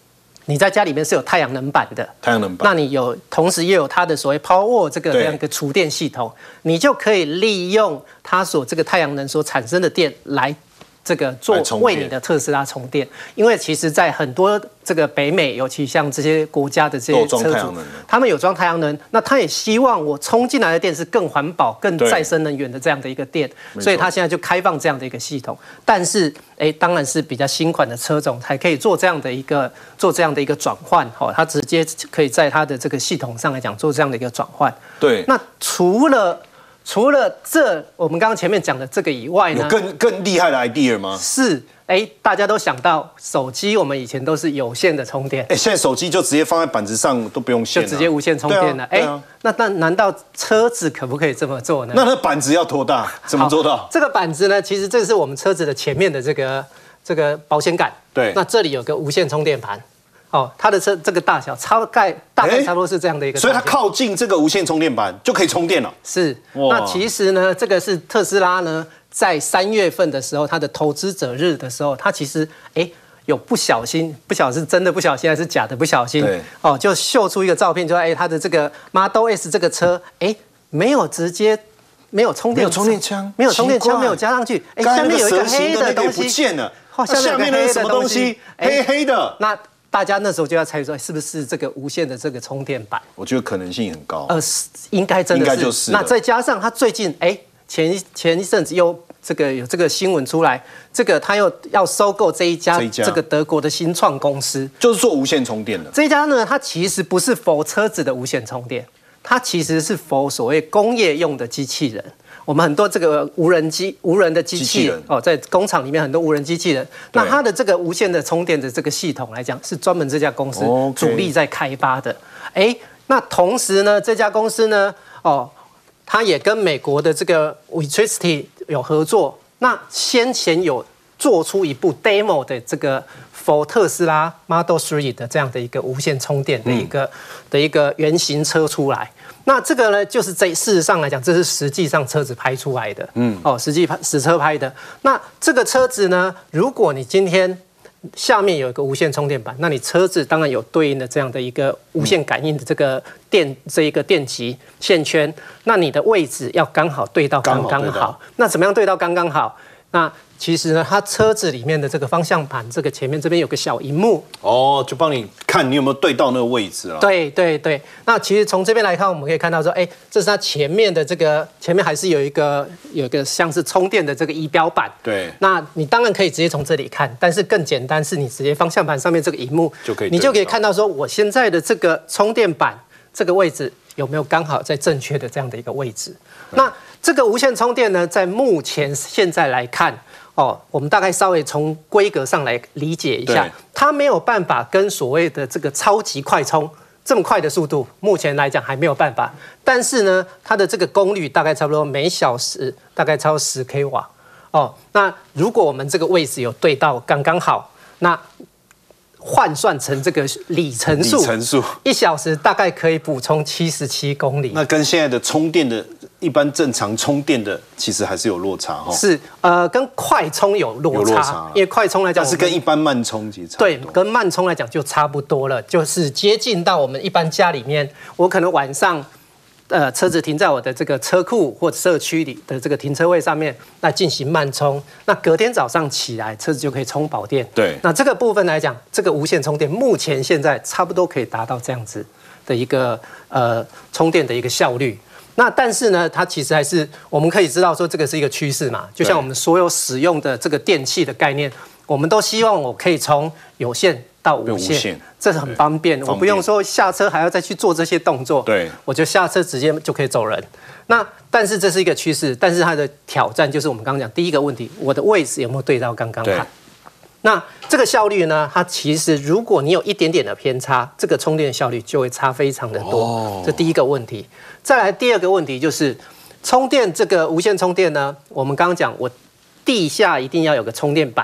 Speaker 5: 你在家里面是有太阳能板的，
Speaker 1: 太阳能板，
Speaker 5: 那你同时也有它的所谓 Powerwall 这样一个储电系统，你就可以利用它这个太阳能所产生的电来这个为你的特斯拉充电。因为其实在很多这个北美，尤其像这些国家的这些车主，他们有装太阳能，那他也希望我充进来的电是更环保、更再生能源的这样的一个电，所以他现在就开放这样的一个系统。但是，当然是比较新款的车种才可以做这样的一个转换，它直接可以在它的这个系统上来讲做这样的一个转换。
Speaker 1: 对，
Speaker 5: 那除了这我们刚刚前面讲的这个以外呢，
Speaker 1: 有更厉害的 idea 吗？
Speaker 5: 是。大家都想到手机，我们以前都是有线的充电，
Speaker 1: 现在手机就直接放在板子上都不用线，
Speaker 5: 就直接无线充电了。那难道车子可不可以这么做呢？
Speaker 1: 那板子要多大？怎么做到？
Speaker 5: 这个板子呢，其实这是我们车子的前面的这个保险杆。
Speaker 1: 对，
Speaker 5: 那这里有个无线充电盘。它的这个大小大概差不多是这样的一个，
Speaker 1: 所以它靠近这个无线充电板就可以充电了。
Speaker 5: 是，那其实呢，这个是特斯拉呢，在3月份的时候，它的投资者日的时候，它其实有不晓得是真的不小心还是假的不小心，就秀出一个照片，就它的这个 Model S 这个车，没有充电枪，没有加上去，下面有一个黑的东西
Speaker 1: 不见了，下面那是什么东西？黑的。
Speaker 5: 那大家那时候就要猜说，是不是这个无线的这个充电板？
Speaker 1: 我觉得可能性很高。
Speaker 5: 应该真的是。
Speaker 1: 应该就是。
Speaker 5: 那再加上他最近前一阵子又有这个新闻出来，他又要收购这一家这个德国的新创公司，
Speaker 1: 就是做无线充电的。
Speaker 5: 这一家呢，它其实不是 for 车子的无线充电，它其实是 for 所谓工业用的机器人。我们很多这个无人的机器人在工厂里面很多无人机器人，那它的这个无线的充电的这个系统来讲，是专门这家公司主力在开发的。那同时呢，这家公司呢，它也跟美国的这个 Wetricity 有合作。那先前有做出一部 demo 的这个 for 特斯拉 Model 3的这样的一个无线充电的一个原型车出来。那这个呢，就是事实上来讲，这是实际上车子拍出来的，实车拍的。那这个车子呢，如果你今天下面有一个无线充电板，那你车子当然有对应的这样的一个无线感应的这个电极线圈，那你的位置要刚好对到刚刚好。那怎么样对到刚刚好？那其实呢，它车子里面的这个方向盘，这个前面这边有个小萤幕，
Speaker 1: 就帮你看你有没有对到那个位置了。
Speaker 5: 对。那其实从这边来看，我们可以看到说，这是它前面的前面还是有一个像是充电的这个仪表板。
Speaker 1: 对。
Speaker 5: 那你当然可以直接从这里看，但是更简单是你直接方向盘上面这个萤幕你就可以看到说，我现在的这个充电板这个位置有没有刚好在正确的这样的一个位置。那这个无线充电呢，在目前现在来看，我们大概稍微从规格上来理解一下，它没有办法跟所谓的这个超级快充这么快的速度，目前来讲还没有办法。但是呢，它的这个功率大概差不多每小时大概超10 k 瓦。那如果我们这个位置有对到刚刚好，那换算成这个里程数，1小时大概可以补充77公里。
Speaker 1: 那跟现在的充电的一般正常充电的，其实还是有落差
Speaker 5: 是，跟快充有落差，因为快充来讲，
Speaker 1: 但是跟一般慢充其实差不多。
Speaker 5: 对，跟慢充来讲就差不多了，就是接近到我们一般家里面，我可能晚上。车子停在我的这个车库或者社区里的这个停车位上面，那进行慢充，那隔天早上起来，车子就可以充饱电。
Speaker 1: 对，
Speaker 5: 那这个部分来讲，这个无线充电目前现在差不多可以达到这样子的一个充电的一个效率。那但是呢，它其实还是我们可以知道说，这个是一个趋势嘛，就像我们所有使用的这个电器的概念，我们都希望我可以从有线到无线，这是很方便，我不用说下车还要再去做这些动作，
Speaker 1: 对，
Speaker 5: 我就下车直接就可以走人。那但是这是一个趋势，但是它的挑战就是我们刚刚讲第一个问题，我的位置有没有对到刚刚好？那这个效率呢？它其实如果你有一点点的偏差，这个充电效率就会差非常的多。这第一个问题。再来第二个问题就是充电这个无线充电呢，我们刚刚讲我地下一定要有个充电板。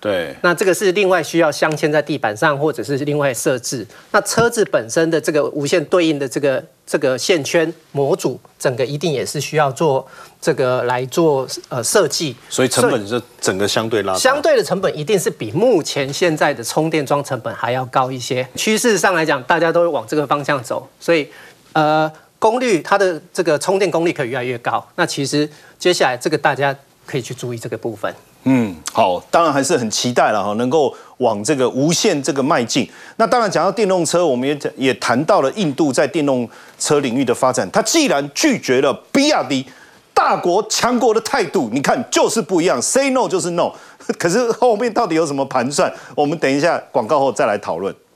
Speaker 1: 对，
Speaker 5: 那这个是另外需要镶嵌在地板上，或者是另外设置。那车子本身的这个无线对应的这个线圈模组，整个一定也是需要做这个来做设计，
Speaker 1: 所以成本是整个相对拉高，
Speaker 5: 相对的成本一定是比目前现在的充电桩成本还要高一些。趋势上来讲，大家都会往这个方向走，所以功率它的这个充电功率可以越来越高。那其实接下来这个大家可以去注意这个部分。
Speaker 1: 好，当然还是很期待了哈，能够往这个无线这个迈进。那当然讲到电动车，我们也谈到了印度在电动车领域的发展。它既然拒绝了比亚迪大国强国的态度，你看就是不一样 ，say no 就是 no。可是后面到底有什么盘算？我们等一下广告后再来讨论。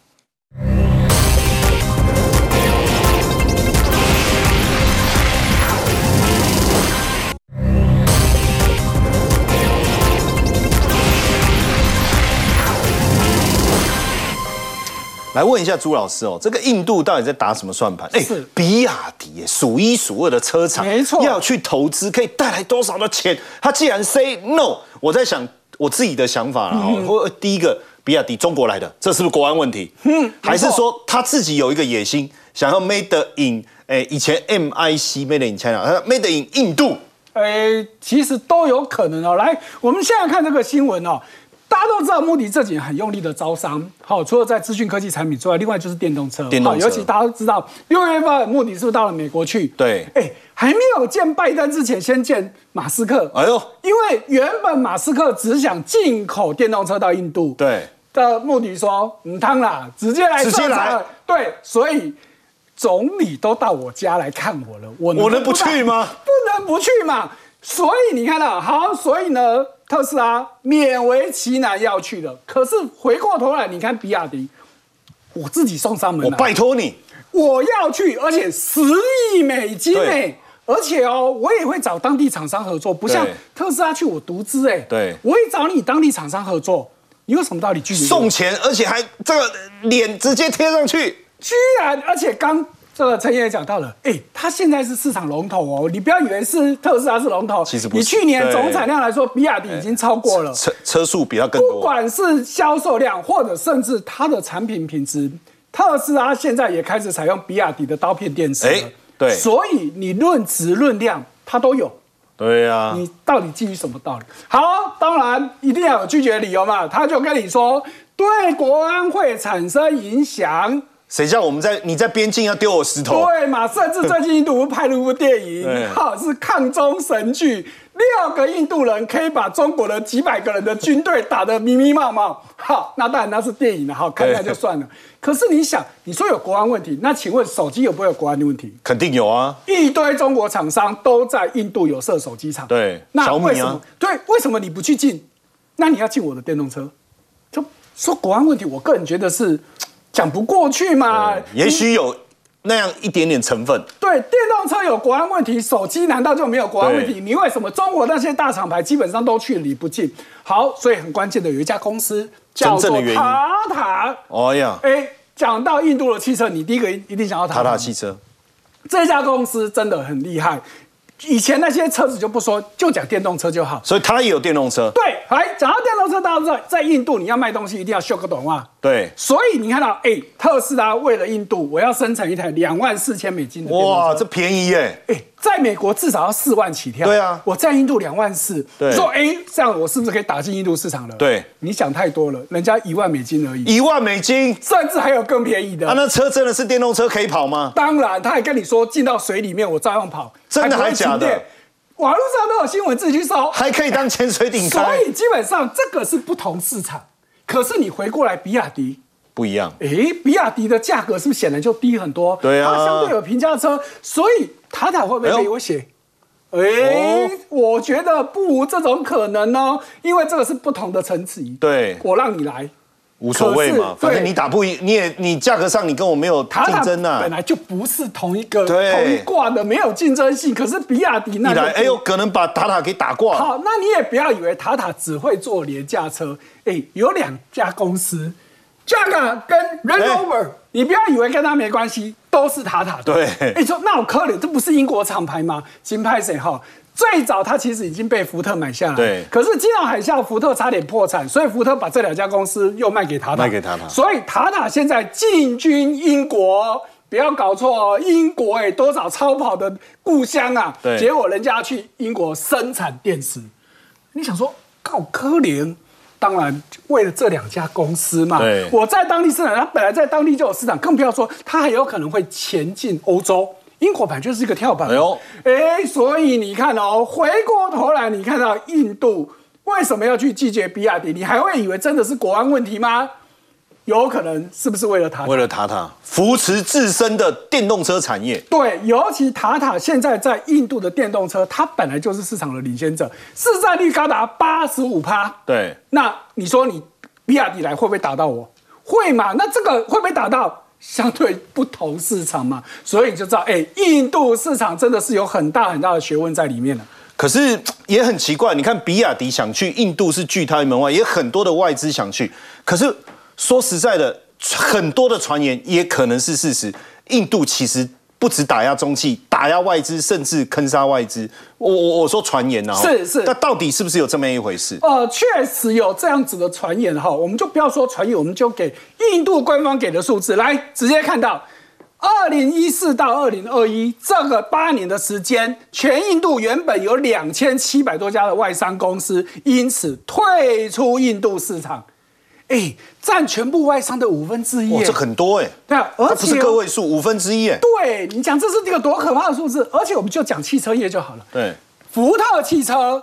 Speaker 1: 来问一下朱老师哦，这个印度到底在打什么算盘？比亚迪数一数二的车厂，
Speaker 4: 没错，
Speaker 1: 要去投资可以带来多少的钱？他既然 say no， 我在想我自己的想法啦。第一个，比亚迪中国来的，这是不是国安问题？还是说他自己有一个野心，想要 made in 以前 MIC made in China， 他 made in 印度？
Speaker 4: 其实都有可能哦。来，我们现在看这个新闻哦。大家都知道，穆迪这几年很用力的招商，好，除了在资讯科技产品之外，另外就是电动车。好，尤其大家都知道，6月份穆迪是不是到了美国去？
Speaker 1: 对，
Speaker 4: 还没有见拜登之前，先见马斯克。
Speaker 1: 哎呦，
Speaker 4: 因为原本马斯克只想进口电动车到印度，
Speaker 1: 对
Speaker 4: 的穆迪说汤啦，直接来，对，所以总理都到我家来看我了，我能不
Speaker 1: 去吗？
Speaker 4: 不能不去嘛。所以你看到好，所以呢，特斯拉勉为其难要去的。可是回过头来，你看比亚迪，我自己送上门，
Speaker 1: 我拜托你，
Speaker 4: 我要去，而且10亿美金哎，而且我也会找当地厂商合作，不像特斯拉去我独资哎，
Speaker 1: 对，
Speaker 4: 我会找你当地厂商合作，你有什么道理拒绝？
Speaker 1: 送钱，而且还这个脸直接贴上去，
Speaker 4: 居然，而且刚。这个陈爷也讲到了，他现在是市场龙头哦，你不要以为是特斯拉是龙头，
Speaker 1: 其实不是。
Speaker 4: 你去年总产量来说，比亚迪已经超过了，
Speaker 1: 车数比它更多。
Speaker 4: 不管是销售量，或者甚至它的产品品质，特斯拉现在也开始采用比亚迪的刀片电池了。
Speaker 1: 对，
Speaker 4: 所以你论质论量，它都有。
Speaker 1: 对呀，你
Speaker 4: 到底基于什么道理？好，当然一定要有拒绝理由嘛。他就跟你说，对国安会产生影响。
Speaker 1: 谁叫你在边境要丢我石头？
Speaker 4: 对嘛，甚至最近印度拍了一部电影，是抗中神剧，6个印度人可以把中国的几百个人的军队打得密密麻麻。好，那当然那是电影了，好看看就算了。可是你想，你说有国安问题，那请问手机有不会有国安的问题？
Speaker 1: 肯定有啊，
Speaker 4: 一堆中国厂商都在印度有设手机厂。
Speaker 1: 对，
Speaker 4: 那为什么？对，为什么你不去进？那你要进我的电动车？就说国安问题，我个人觉得是。讲不过去嘛？
Speaker 1: 也许有那样一点点成分。
Speaker 4: 对，电动车有国安问题，手机难道就没有国安问题？你为什么中国那些大厂牌基本上都去你不进？好，所以很关键的有一家公司叫做塔塔。
Speaker 1: 哎呀，
Speaker 4: 讲到印度的汽车，你第一个一定想到
Speaker 1: 塔塔汽车。
Speaker 4: 这家公司真的很厉害。以前那些车子就不说，就讲电动车就好。
Speaker 1: 所以它也有电动车。
Speaker 4: 对，来讲到电动车，大家知道，在印度你要卖东西一定要秀个短袜。
Speaker 1: 对，
Speaker 4: 所以你看到，特斯拉为了印度，我要生成一台24000美金的电动车。
Speaker 1: 哇，这便宜耶！
Speaker 4: 在美国至少要4万起跳。
Speaker 1: 对啊，
Speaker 4: 我在印度24000。
Speaker 1: 对，
Speaker 4: 你说这样我是不是可以打进印度市场了？
Speaker 1: 对，
Speaker 4: 你想太多了，人家1万美金而已。
Speaker 1: 1万美金，
Speaker 4: 甚至还有更便宜的。
Speaker 1: 那车真的是电动车可以跑吗？
Speaker 4: 当然，他还跟你说进到水里面我照样跑，
Speaker 1: 真的还假的？
Speaker 4: 网络上都有新闻，自己去搜，
Speaker 1: 还可以当潜水艇开。
Speaker 4: 所以基本上这个是不同市场。可是你回过来，比亚迪
Speaker 1: 不一样。
Speaker 4: 比亚迪的价格是不是显然就低很多？
Speaker 1: 对啊，
Speaker 4: 它相对有平价车，所以塔塔会不会被威胁？我觉得不无这种可能哦，因为这个是不同的层级。
Speaker 1: 对，
Speaker 4: 我让你来。
Speaker 1: 无所谓嘛，反正你打不赢，你价格上你跟我没有竞争啊。
Speaker 4: 本来就不是同一挂的，没有竞争性。可是比亚迪那
Speaker 1: 有可能把塔塔给打挂。
Speaker 4: 好，那你也不要以为塔塔只会做廉价车，有2家公司 ，Jaguar 跟 Range Rover，你不要以为跟他没关系，都是塔塔的。
Speaker 1: 对，
Speaker 4: 说那我可怜，这不是英国厂牌吗？金派谁哈？ 最早它其实已经被福特买下来，
Speaker 1: 对。
Speaker 4: 可是金融海啸，福特差点破产，所以福特把这2家公司又卖给塔塔，所以塔塔现在进军英国。不要搞错哦，英国多少超跑的故乡啊！
Speaker 1: 对，
Speaker 4: 结果人家去英国生产电池，你想说好可怜？当然，为了这2家公司嘛，我在当地生产，它本来在当地就有市场，更不要说它还有可能会前进欧洲。英国本来就是一个跳板，所以你看哦，回过头来你看到印度为什么要去拒绝比亚迪？你还会以为真的是国安问题吗？有可能是不是为了塔塔？
Speaker 1: 为了塔塔扶持自身的电动车产业？
Speaker 4: 对，尤其塔塔现在在印度的电动车，它本来就是市场的领先者，市占率高达85%。
Speaker 1: 对，
Speaker 4: 那你说你比亚迪来会不会打到我？会嘛？那这个会不会打到？相对不同市场嘛，所以你就知道，印度市场真的是有很大很大的学问在里面了。
Speaker 1: 可是也很奇怪，你看比亚迪想去印度是拒他门外，也很多的外资想去，可是。说实在的，很多的传言也可能是事实。印度其实不止打压中企，打压外资，甚至坑杀外资。我说传言啊，
Speaker 4: 是，
Speaker 1: 那到底是不是有这么一回事？
Speaker 4: 确实有这样子的传言哈。我们就不要说传言，我们就给印度官方给的数字来，直接看到2014到2021这个8年的时间，全印度原本有2700多家的外商公司，因此退出印度市场。占全部外商的1/5，
Speaker 1: 哇，这很多
Speaker 4: 对啊，而且
Speaker 1: 不是个位数，1/5
Speaker 4: 对，你讲这是一个多可怕的数字，而且我们就讲汽车业就好了。
Speaker 1: 对，
Speaker 4: 福特汽车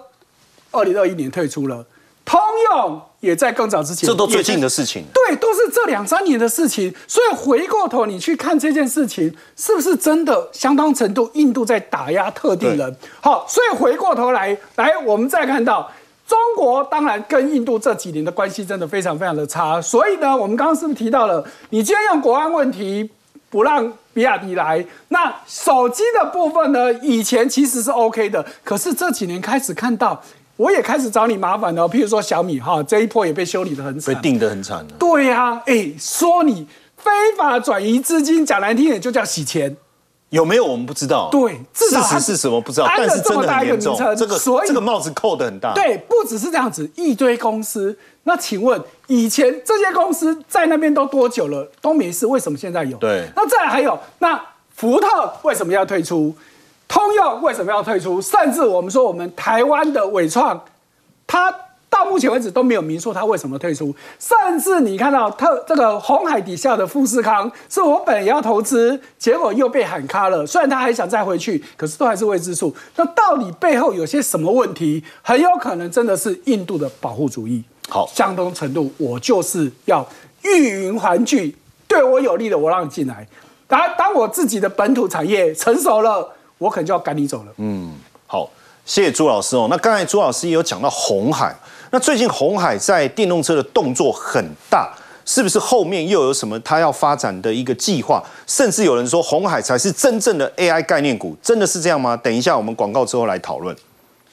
Speaker 4: 2021年退出了，通用也在更早之前，
Speaker 1: 这都最近的事情。
Speaker 4: 对，都是这2-3年的事情。所以回过头你去看这件事情，是不是真的相当程度印度在打压特定人？好，所以回过头来我们再看到。中国当然跟印度这几年的关系真的非常非常的差，所以呢，我们刚刚是不是提到了，你今天用国安问题不让比亚迪来，那手机的部分呢，以前其实是 OK 的，可是这几年开始看到，我也开始找你麻烦了，譬如说小米这一波也被修理得很惨，
Speaker 1: 被定得很惨了。
Speaker 4: 对呀，说你非法转移资金，讲难听点就叫洗钱。
Speaker 1: 有没有我们不知道，
Speaker 4: 对，
Speaker 1: 事实是什么不知道，但是真的很严重，这个帽子扣得很大。
Speaker 4: 对，不只是这样子，一堆公司。那请问，以前这些公司在那边都多久了，都没事，为什么现在有？
Speaker 1: 对。
Speaker 4: 那再来还有，那福特为什么要退出？通用为什么要退出？甚至我们说我们台湾的伟创，它到目前为止都没有明说他为什么退出，甚至你看到这个鸿海底下的富士康，是我本来也要投资，结果又被喊卡了。虽然他还想再回去，可是都还是未知数。那到底背后有些什么问题？很有可能真的是印度的保护主义。
Speaker 1: 好，
Speaker 4: 相当程度，我就是要欲云还拒，对我有利的我让你进来。当我自己的本土产业成熟了，我可能就要赶你走了。
Speaker 1: 好，谢谢朱老师哦。那刚才朱老师也有讲到鸿海。那最近鸿海在电动车的动作很大，是不是后面又有什么他要发展的一个计划？甚至有人说鸿海才是真正的 AI 概念股，真的是这样吗？等一下我们广告之后来讨论。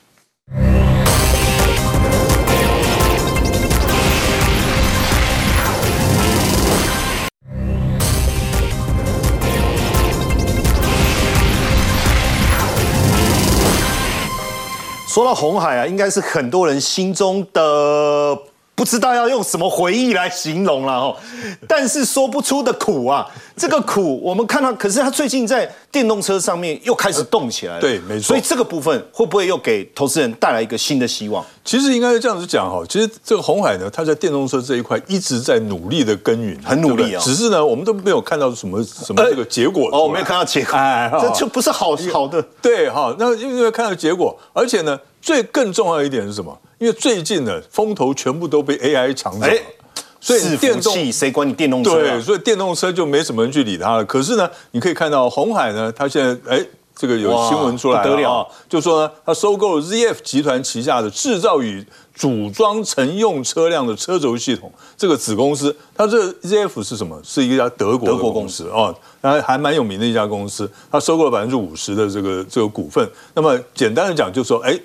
Speaker 1: 说到鸿海啊，应该是很多人心中的不知道要用什么回忆来形容了哦，但是说不出的苦啊。这个苦我们看到，可是他最近在电动车上面又开始动起来了。
Speaker 2: 对，没错。
Speaker 1: 所以这个部分会不会又给投资人带来一个新的希望？
Speaker 2: 其实应该是这样子讲哈，其实这个鸿海呢，它在电动车这一块一直在努力的耕耘，
Speaker 1: 很努力啊。
Speaker 2: 只是呢，我们都没有看到什么这个结果
Speaker 1: 哦，没有看到结果，这就不是好的。
Speaker 2: 对哈，那因为看到结果，而且呢，更重要一点是什么？因为最近呢，风头全部都被 AI 抢走了。所以电动
Speaker 1: 器谁管你电动车？
Speaker 2: 对，所以电动车就没什么人去理它了。可是呢，你可以看到鸿海呢，它现在这个有新闻出来了，不得了，就说呢，它收购了 ZF 集团旗下的制造与组装乘用车辆的车轴系统这个子公司。它这 ZF 是什么？是一家德国公司哦，还蛮有名的一家公司。它收购了50%的这个股份。那么简单的讲，就说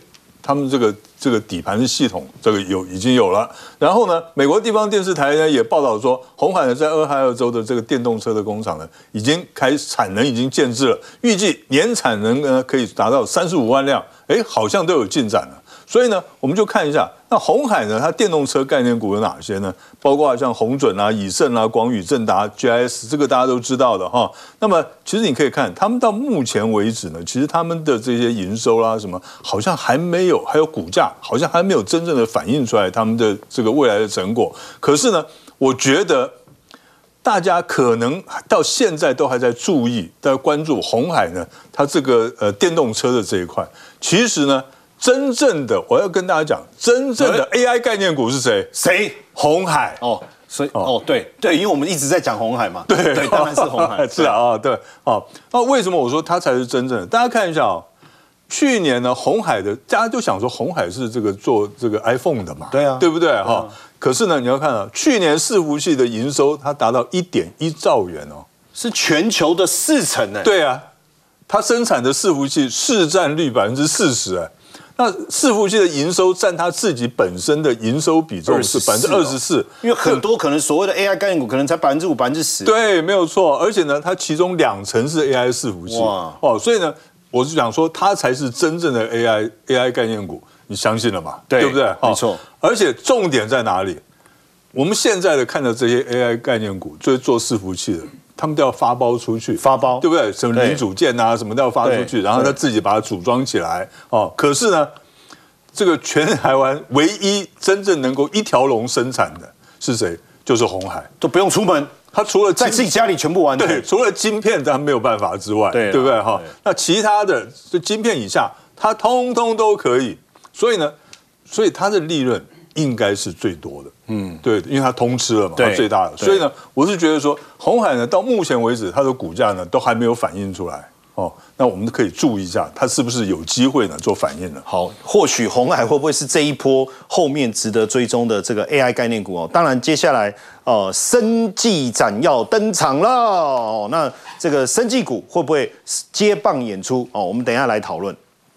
Speaker 2: 他们这个底盘的系统，这个已经有了。然后呢，美国地方电视台呢也报道说，鸿海呢在俄亥俄州的这个电动车的工厂呢，已经产能已经建制了，预计年产能呢可以达到35万辆，好像都有进展了。所以呢，我们就看一下，那鸿海呢，它电动车概念股有哪些呢？包括像鸿准啊、以盛啊、广宇、正达、GIS， 这个大家都知道的哈。那么其实你可以看，他们到目前为止呢，其实他们的这些营收啦什么，好像还没有，还有股价好像还没有真正的反映出来他们的这个未来的成果。可是呢，我觉得大家可能到现在都还在注意、在关注鸿海呢，它这个电动车的这一块，其实呢。真正的，我要跟大家讲，真正的 AI 概念股是谁？
Speaker 1: 谁？
Speaker 2: 鸿海
Speaker 1: 哦，所以对，因为我们一直在讲鸿海嘛，对，当然是鸿海，
Speaker 2: 是啊，对，那为什么我说它才是真正的？大家看一下去年呢，鸿海的大家都想说鸿海是这个做这个 iPhone 的嘛，
Speaker 1: 对啊，
Speaker 2: 对不对哈？可是呢，你要看去年伺服器的营收它达到1.1兆元哦，
Speaker 1: 是全球的40%呢。
Speaker 2: 对啊，它生产的伺服器市占率40%那伺服器的营收占它自己本身的营收比重是24%，
Speaker 1: 因为很多可能所谓的 AI 概念股可能才5%、10%。
Speaker 2: 对，没有错。而且呢，它其中2成是 AI 伺服器。所以呢，我是想说，它才是真正的 AI 概念股，你相信了吗？对不对？
Speaker 1: 没错。
Speaker 2: 而且重点在哪里？我们现在的看到这些 AI 概念股，就是做伺服器的。他们都要发包出去，对不对？什么零组件啊，什么都要发出去，然后他自己把它组装起来。可是呢，这个全台湾唯一真正能够一条龙生产的是谁？就是鸿海，
Speaker 1: 都不用出门，
Speaker 2: 他除了
Speaker 1: 在自己家里全部完成。
Speaker 2: 对，除了晶片他没有办法之外，对不对？那其他的就晶片以下，它通通都可以。所以它的利润应该是最多的。对，因为它通吃了嘛，它最大的。所以呢，我是觉得说，鸿海呢，到目前为止，它的股价呢，都还没有反映出来。那我们可以注意一下，它是不是有机会呢做反应呢？
Speaker 1: 好，或许鸿海会不会是这一波后面值得追踪的这个 AI 概念股当然，接下来生技展要登场了那这个生技股会不会接棒演出我们等一下来讨论。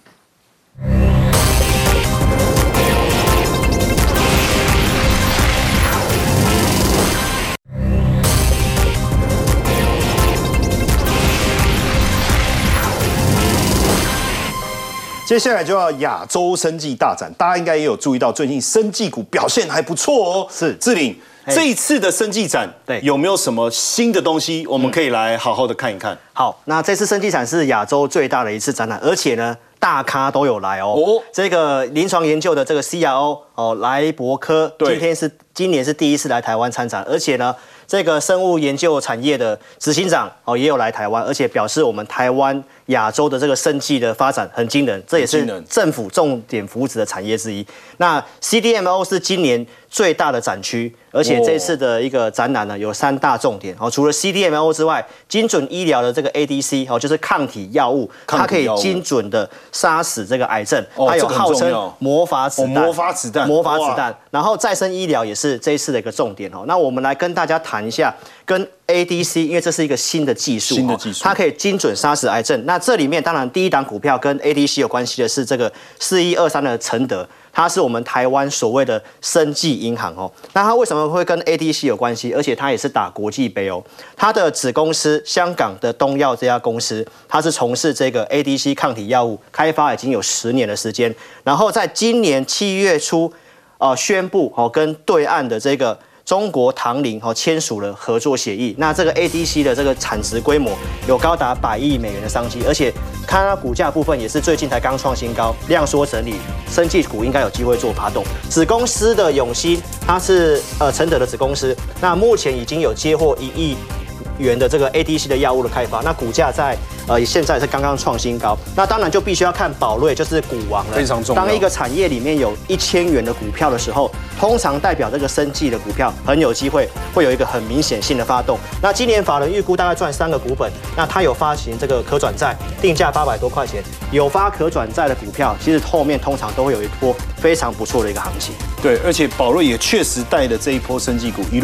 Speaker 1: 接下来就要亚洲生技大展，大家应该也有注意到，最近生技股表现还不错是，志玲，这一次的生技展，有没有什么新的东西，我们可以来好好的看一看？
Speaker 3: 好，那这次生技展是亚洲最大的一次展览，而且呢，大咖都有来这个临床研究的这个 CRO 莱伯科，今年是第一次来台湾参展，而且呢。这个生物研究产业的执行长也有来台湾，而且表示我们台湾亚洲的这个生技的发展很惊人，这也是政府重点扶持的产业之一。那 CDMO 是今年最大的展区，而且这次的一个展览呢有3大重点除了 CDMO 之外，精准医疗的这个 ADC 就是抗体药物，它可以精准的杀死这个癌症，还有号称魔法子弹，然后再生医疗也是这一次的一个重点那我们来跟大家谈一下跟 ADC， 因为这是一个新的技术，它可以精准杀死癌症。那这里面当然第一档股票跟 ADC 有关系的是这个4123的承德，它是我们台湾所谓的生技银行那它为什么会跟 ADC 有关系？而且它也是打国际杯它的子公司香港的东药这家公司，它是从事这个 ADC 抗体药物开发已经有10年的时间，然后在今年7月初宣布跟对岸的这个中国唐宁签署了合作协议，那这个 ADC 的这个产值规模有高达100亿美元的商机，而且看它股价部分也是最近才刚创新高，量缩整理，生技股应该有机会做爬动。子公司的永兴，它是承德的子公司，那目前已经有接获1亿元的这个 ADC 的药物的开发，那股价在现在是刚刚创新高，那当然就必须要看宝瑞，就是股王了，
Speaker 1: 非常重要。
Speaker 3: 当一个产业里面有1000元的股票的时候，通常代表这个生技的股票很有机会会有一个很明显性的发动。那今年法人预估大概赚3个股本，那它有发行这个可转债，定价800多块钱，有发可转债的股票，其实后面通常都会有一波非常不错的一个行情。
Speaker 1: 对，而且宝瑞也确实带的这一波生技股一